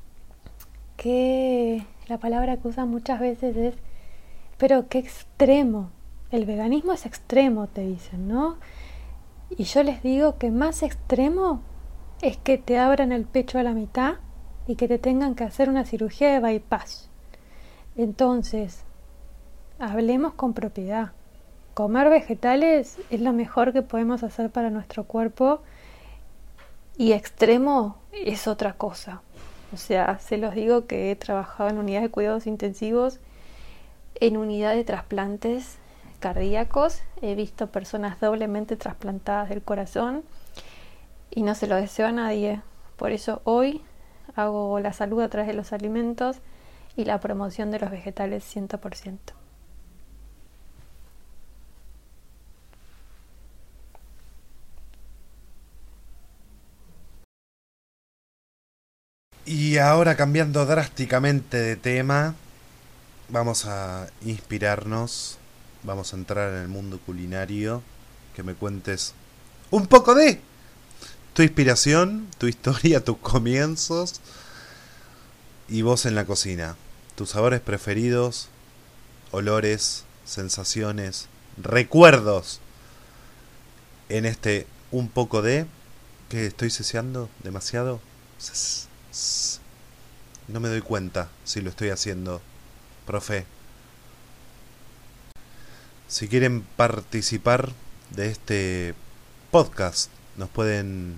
la palabra que usan muchas veces es, pero qué extremo. El veganismo es extremo, te dicen, ¿no? Y yo les digo que más extremo es que te abran el pecho a la mitad y que te tengan que hacer una cirugía de bypass. Entonces, hablemos con propiedad. Comer vegetales es lo mejor que podemos hacer para nuestro cuerpo y extremo es otra cosa. O sea, se los digo que he trabajado en unidades de cuidados intensivos, en unidades de trasplantes cardíacos, he visto personas doblemente trasplantadas del corazón y no se lo deseo a nadie. Por eso hoy hago la salud a través de los alimentos y la promoción de los vegetales 100%. Y ahora cambiando drásticamente de tema, vamos a inspirarnos, vamos a entrar en el mundo culinario, que me cuentes un poco de tu inspiración, tu historia, tus comienzos y vos en la cocina, tus sabores preferidos, olores, sensaciones, recuerdos en este un poco de... ¿Qué estoy ceseando demasiado? No me doy cuenta si lo estoy haciendo, profe. Si quieren participar de este podcast, nos pueden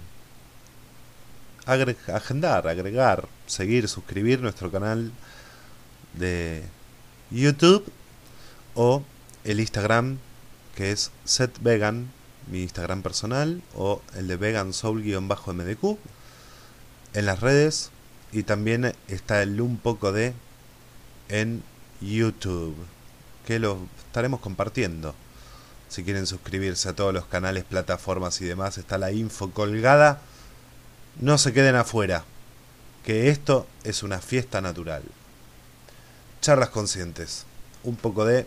agregar, seguir, suscribir nuestro canal de YouTube o el Instagram, que es setvegan, mi Instagram personal, o el de vegansoul_mdq en las redes, y también está el un poco de en YouTube, que lo estaremos compartiendo. Si quieren suscribirse a todos los canales, plataformas y demás, está la info colgada. No se queden afuera, que esto es una fiesta natural. Charlas conscientes, un poco de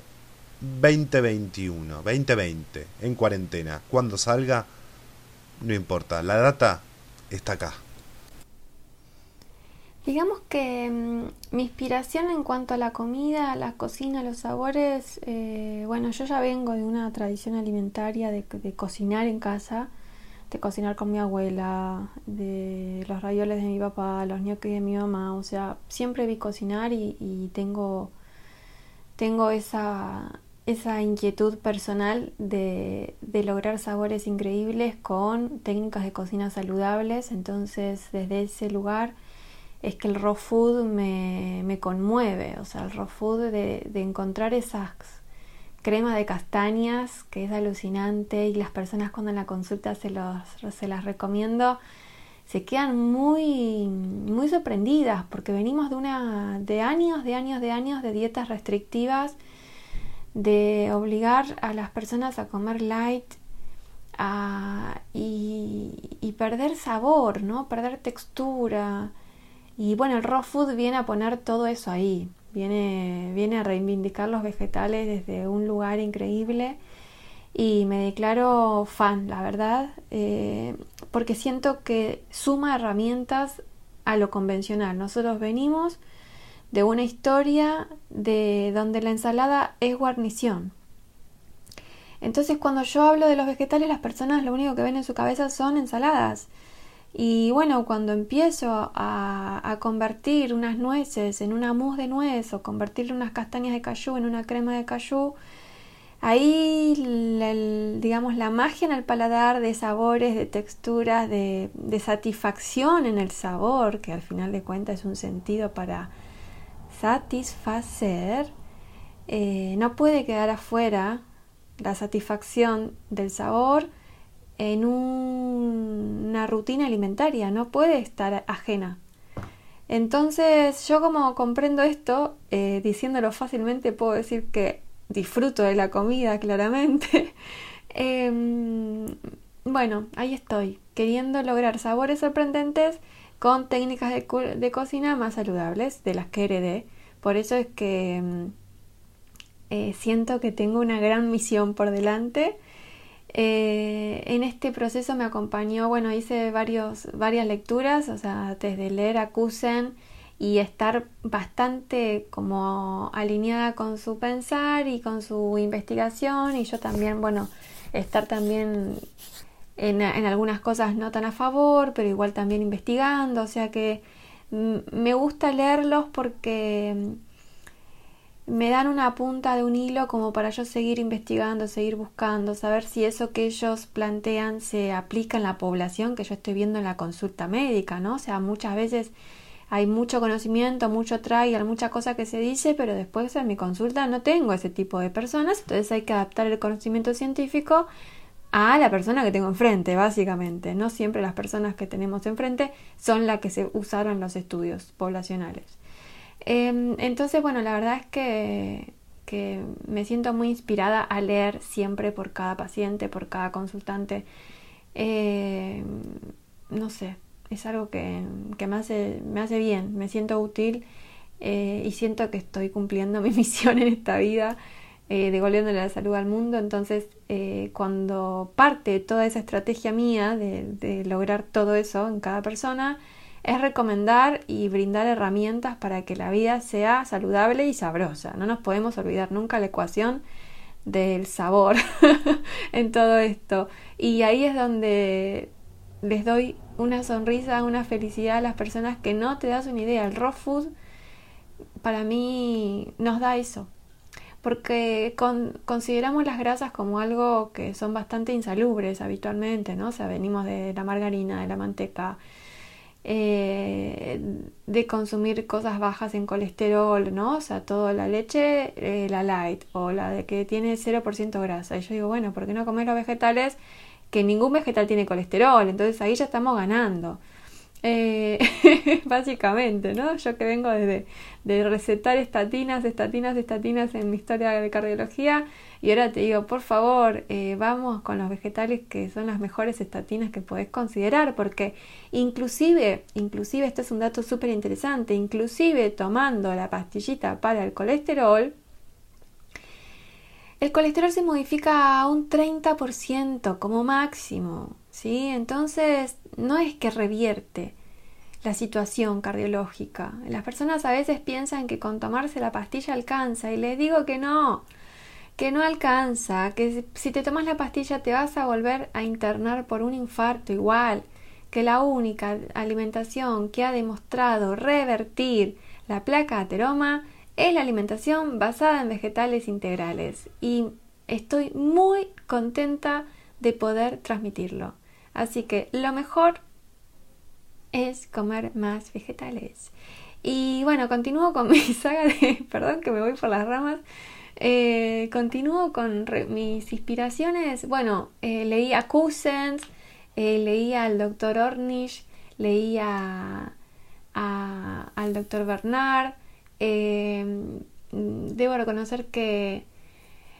2020, en cuarentena. Cuando salga, no importa, la data está acá. Digamos que mi inspiración en cuanto a la comida, la cocina, los sabores, bueno, yo ya vengo de una tradición alimentaria de cocinar en casa, de cocinar con mi abuela, de los ravioles de mi papá, los ñoquis de mi mamá, o sea, siempre vi cocinar y tengo esa inquietud personal de lograr sabores increíbles con técnicas de cocina saludables. Entonces, desde ese lugar es que el raw food me conmueve, o sea, el raw food de encontrar esas cremas de castañas, que es alucinante, y las personas cuando en la consulta se las recomiendo, se quedan muy, muy sorprendidas, porque venimos de años de dietas restrictivas, de obligar a las personas a comer light, y perder sabor, ¿no? Perder textura. Y bueno, el raw food viene a poner todo eso ahí. Viene a reivindicar los vegetales desde un lugar increíble. Y me declaro fan, la verdad, porque siento que suma herramientas a lo convencional. Nosotros venimos de una historia de donde la ensalada es guarnición. Entonces, cuando yo hablo de los vegetales, las personas lo único que ven en su cabeza son ensaladas. Y bueno, cuando empiezo a convertir unas nueces en una mousse de nuez o convertir unas castañas de cayú en una crema de cayú, ahí digamos la magia en el paladar de sabores, de texturas, de satisfacción en el sabor, que al final de cuentas es un sentido para satisfacer, no puede quedar afuera la satisfacción del sabor en una rutina alimentaria, no puede estar ajena. Entonces yo, como comprendo esto, diciéndolo fácilmente puedo decir que disfruto de la comida, claramente. Bueno, ahí estoy, queriendo lograr sabores sorprendentes con técnicas de cocina más saludables de las que heredé. Por eso es que siento que tengo una gran misión por delante. En este proceso me acompañó, bueno, hice varias lecturas, o sea, desde leer a Kusen y estar bastante como alineada con su pensar y con su investigación, y yo también, bueno, estar también en algunas cosas no tan a favor, pero igual también investigando, o sea que me gusta leerlos porque me dan una punta de un hilo como para yo seguir investigando, seguir buscando, saber si eso que ellos plantean se aplica en la población que yo estoy viendo en la consulta médica, ¿no? O sea, muchas veces hay mucho conocimiento, mucho trial, mucha cosa que se dice, pero después en mi consulta no tengo ese tipo de personas, entonces hay que adaptar el conocimiento científico a la persona que tengo enfrente, básicamente. No siempre las personas que tenemos enfrente son las que se usaron en los estudios poblacionales. Entonces, bueno, la verdad es que me siento muy inspirada a leer siempre por cada paciente, por cada consultante. No sé, es algo que me hace bien, me siento útil, y siento que estoy cumpliendo mi misión en esta vida, devolviéndole la salud al mundo. Entonces, cuando parte toda esa estrategia mía de lograr todo eso en cada persona, es recomendar y brindar herramientas para que la vida sea saludable y sabrosa. No nos podemos olvidar nunca la ecuación del sabor en todo esto. Y ahí es donde les doy una sonrisa, una felicidad a las personas que no te das una idea. El raw food para mí nos da eso, porque consideramos las grasas como algo que son bastante insalubres habitualmente, ¿no? O sea, venimos de la margarina, de la manteca, de consumir cosas bajas en colesterol, ¿no? O sea, toda la leche, la light, o la de que tiene 0% grasa. Y yo digo, bueno, ¿por qué no comer los vegetales? Que ningún vegetal tiene colesterol, entonces ahí ya estamos ganando. Básicamente, ¿no? Yo que vengo de recetar estatinas en mi historia de cardiología, y ahora te digo, por favor, vamos con los vegetales, que son las mejores estatinas que podés considerar, porque inclusive esto es un dato súper interesante, inclusive tomando la pastillita para el colesterol se modifica a un 30% como máximo, ¿sí? Entonces, no es que revierte la situación cardiológica. Las personas a veces piensan que con tomarse la pastilla alcanza, y les digo que no alcanza, que si te tomas la pastilla te vas a volver a internar por un infarto igual, que la única alimentación que ha demostrado revertir la placa de ateroma es la alimentación basada en vegetales integrales, y estoy muy contenta de poder transmitirlo. Así que lo mejor es comer más vegetales. Y bueno, continúo con mi saga de... Perdón que me voy por las ramas. Continúo con mis inspiraciones. Bueno, leí a Cousins, leí al Dr. Ornish, leí al Dr. Bernard. Debo reconocer que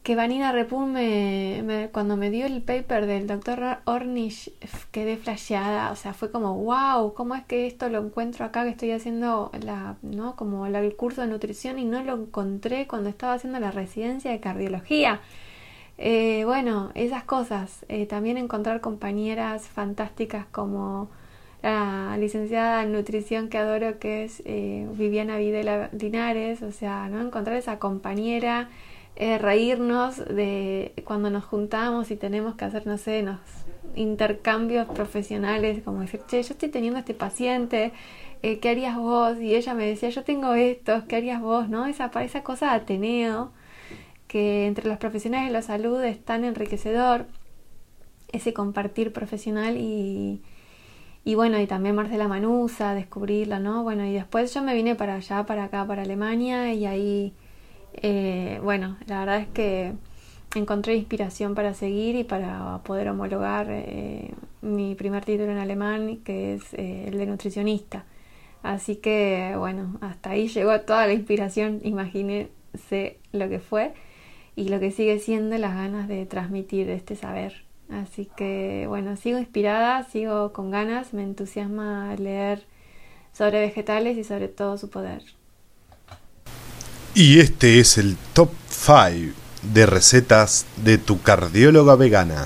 que Vanina Repun cuando me dio el paper del doctor Ornish quedé flasheada, o sea, fue como wow, ¿cómo es que esto lo encuentro acá que estoy haciendo el curso de nutrición y no lo encontré cuando estaba haciendo la residencia de cardiología? Bueno, esas cosas, también encontrar compañeras fantásticas como la licenciada en nutrición que adoro, que es Viviana Videla Linares, o sea, ¿no? Encontrar esa compañera, reírnos de cuando nos juntamos y tenemos que hacer, no sé, intercambios profesionales, como decir, che, yo estoy teniendo este paciente, ¿qué harías vos? Y ella me decía, yo tengo estos, ¿qué harías vos? ¿No? Esa cosa de Ateneo, que entre los profesionales de la salud es tan enriquecedor, ese compartir profesional y bueno, y también Marcela Manusa, descubrirla, ¿no? Bueno, y después yo me vine para allá, para acá, para Alemania, y ahí, bueno, la verdad es que encontré inspiración para seguir y para poder homologar mi primer título en alemán, que es el de nutricionista. Así que, bueno, hasta ahí llegó toda la inspiración, imagínense lo que fue y lo que sigue siendo las ganas de transmitir este saber. Así que, bueno, sigo inspirada, sigo con ganas, me entusiasma leer sobre vegetales y sobre todo su poder. Y este es el top 5 de recetas de tu cardióloga vegana.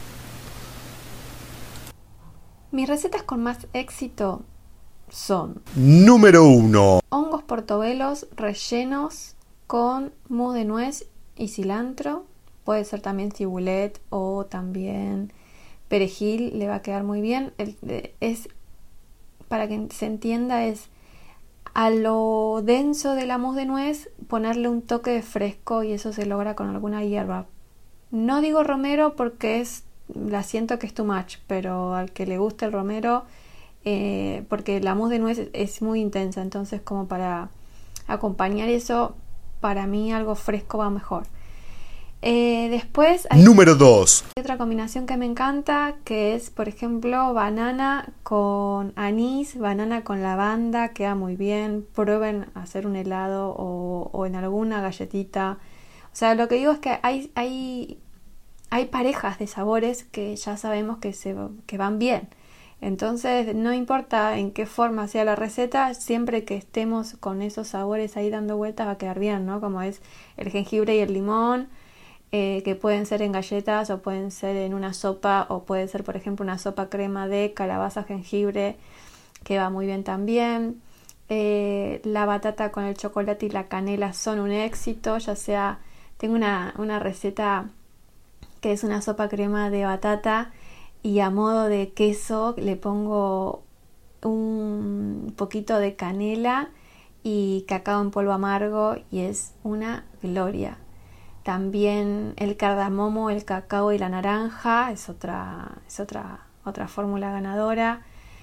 Mis recetas con más éxito son: número 1. hongos portobelos rellenos con mousse de nuez y cilantro. Puede ser también cibulet o también perejil, le va a quedar muy bien. Es, para que se entienda, es a lo denso de la mousse de nuez ponerle un toque de fresco y eso se logra con alguna hierba. No digo romero porque la siento que es too much, pero al que le guste el romero, porque la mousse de nuez es muy intensa, entonces como para acompañar eso, para mí algo fresco va mejor. Después hay número 2. otra combinación que me encanta, que es, por ejemplo, banana con anís, banana con lavanda, queda muy bien. Prueben hacer un helado o en alguna galletita. O sea, lo que digo es que hay parejas de sabores que ya sabemos que van bien. Entonces, no importa en qué forma sea la receta, siempre que estemos con esos sabores ahí dando vueltas va a quedar bien, ¿no? Como es el jengibre y el limón, que pueden ser en galletas o pueden ser en una sopa, o puede ser, por ejemplo, una sopa crema de calabaza, jengibre, que va muy bien también. La batata con el chocolate y la canela son un éxito, ya sea, tengo una receta que es una sopa crema de batata y a modo de queso le pongo un poquito de canela y cacao en polvo amargo y es una gloria. También el cardamomo, el cacao y la naranja es otra fórmula ganadora.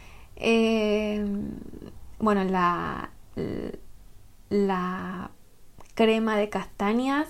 Bueno, la crema de castañas,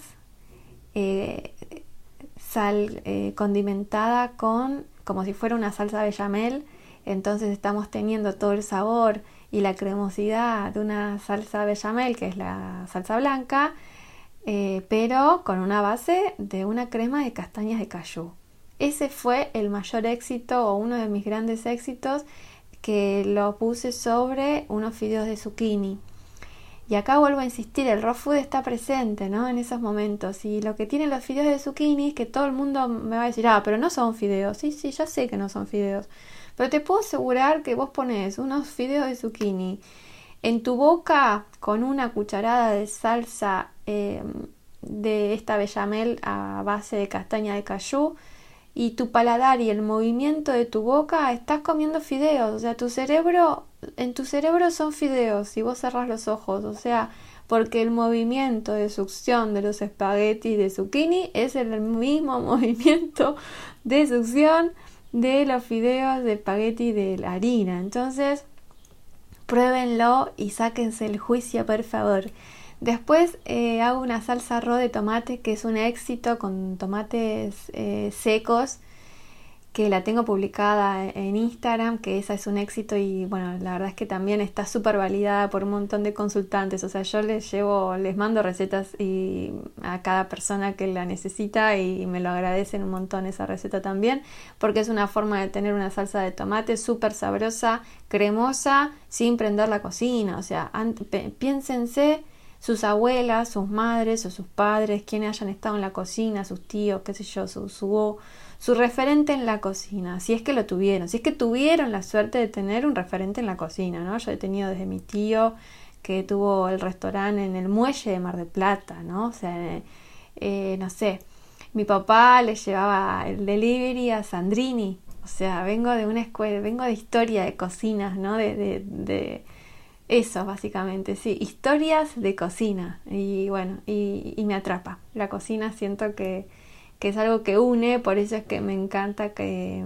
sal condimentada como si fuera una salsa bechamel, entonces estamos teniendo todo el sabor y la cremosidad de una salsa bechamel, que es la salsa blanca, pero con una base de una crema de castañas de cayú. Ese fue el mayor éxito o uno de mis grandes éxitos, que lo puse sobre unos fideos de zucchini. Y acá vuelvo a insistir, el raw food está presente, ¿no? En esos momentos. Y lo que tienen los fideos de zucchini es que todo el mundo me va a decir, pero no son fideos. Sí, ya sé que no son fideos. Pero te puedo asegurar que vos pones unos fideos de zucchini en tu boca con una cucharada de salsa de esta bechamel a base de castaña de cayú, y tu paladar y el movimiento de tu boca, estás comiendo fideos. O sea, en tu cerebro son fideos si vos cerrás los ojos. O sea, porque el movimiento de succión de los espaguetis de zucchini es el mismo movimiento de succión de los fideos de espagueti de la harina. Entonces, pruébenlo y sáquense el juicio, por favor. Después hago una salsa raw de tomate, que es un éxito, con tomates secos, que la tengo publicada en Instagram, que esa es un éxito y bueno, la verdad es que también está súper validada por un montón de consultantes, o sea, yo les mando recetas y a cada persona que la necesita y me lo agradecen un montón esa receta también, porque es una forma de tener una salsa de tomate súper sabrosa, cremosa, sin prender la cocina, o sea, piénsense sus abuelas, sus madres o sus padres, quienes hayan estado en la cocina, sus tíos, qué sé yo, su referente en la cocina, si es que lo tuvieron, si es que tuvieron la suerte de tener un referente en la cocina, ¿no? Yo he tenido desde mi tío que tuvo el restaurante en el muelle de Mar del Plata, ¿no? O sea, no sé, mi papá le llevaba el delivery a Sandrini, o sea, vengo de una escuela, vengo de historia de cocinas, ¿no? De eso, básicamente, sí, historias de cocina, y bueno, y me atrapa, la cocina siento que es algo que une, por eso es que me encanta que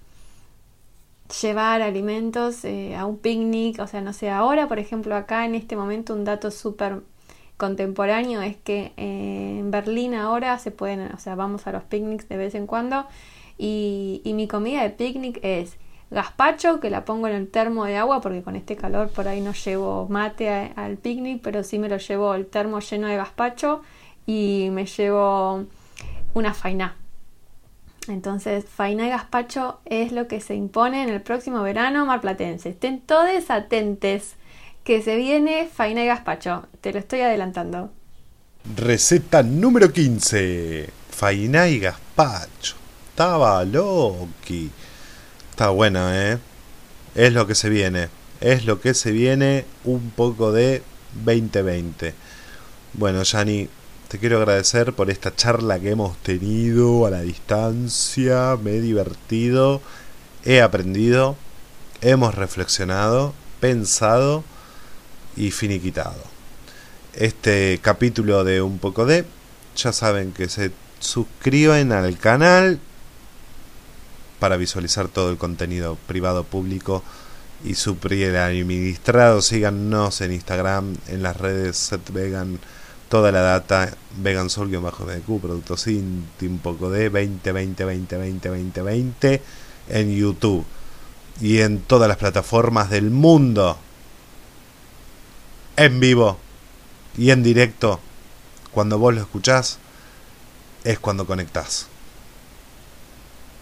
llevar alimentos a un picnic, o sea, no sé, ahora, por ejemplo, acá en este momento un dato súper contemporáneo es que en Berlín ahora se pueden, o sea, vamos a los picnics de vez en cuando y mi comida de picnic es gazpacho, que la pongo en el termo de agua porque con este calor por ahí no llevo mate al picnic, pero sí me lo llevo el termo lleno de gazpacho y me llevo una fainá. Entonces, fainá y gazpacho es lo que se impone en el próximo verano marplatense. Estén todos atentes que se viene fainá y gazpacho. Te lo estoy adelantando. Receta número 15. Fainá y gazpacho. Estaba loqui. Está buena, ¿eh? Es lo que se viene. Es lo que se viene. Un poco de 2020. Bueno, Yani, te quiero agradecer por esta charla que hemos tenido a la distancia. Me he divertido, he aprendido, hemos reflexionado, pensado y finiquitado. Este capítulo de Un Poco De, ya saben que se suscriben al canal para visualizar todo el contenido privado, público y superadministrado. Síganos en Instagram, en las redes setvegan, toda la data, vegansol-bq, productos Inti, Un Poco De, 2020 en YouTube y en todas las plataformas del mundo, en vivo y en directo. Cuando vos lo escuchás es cuando conectás.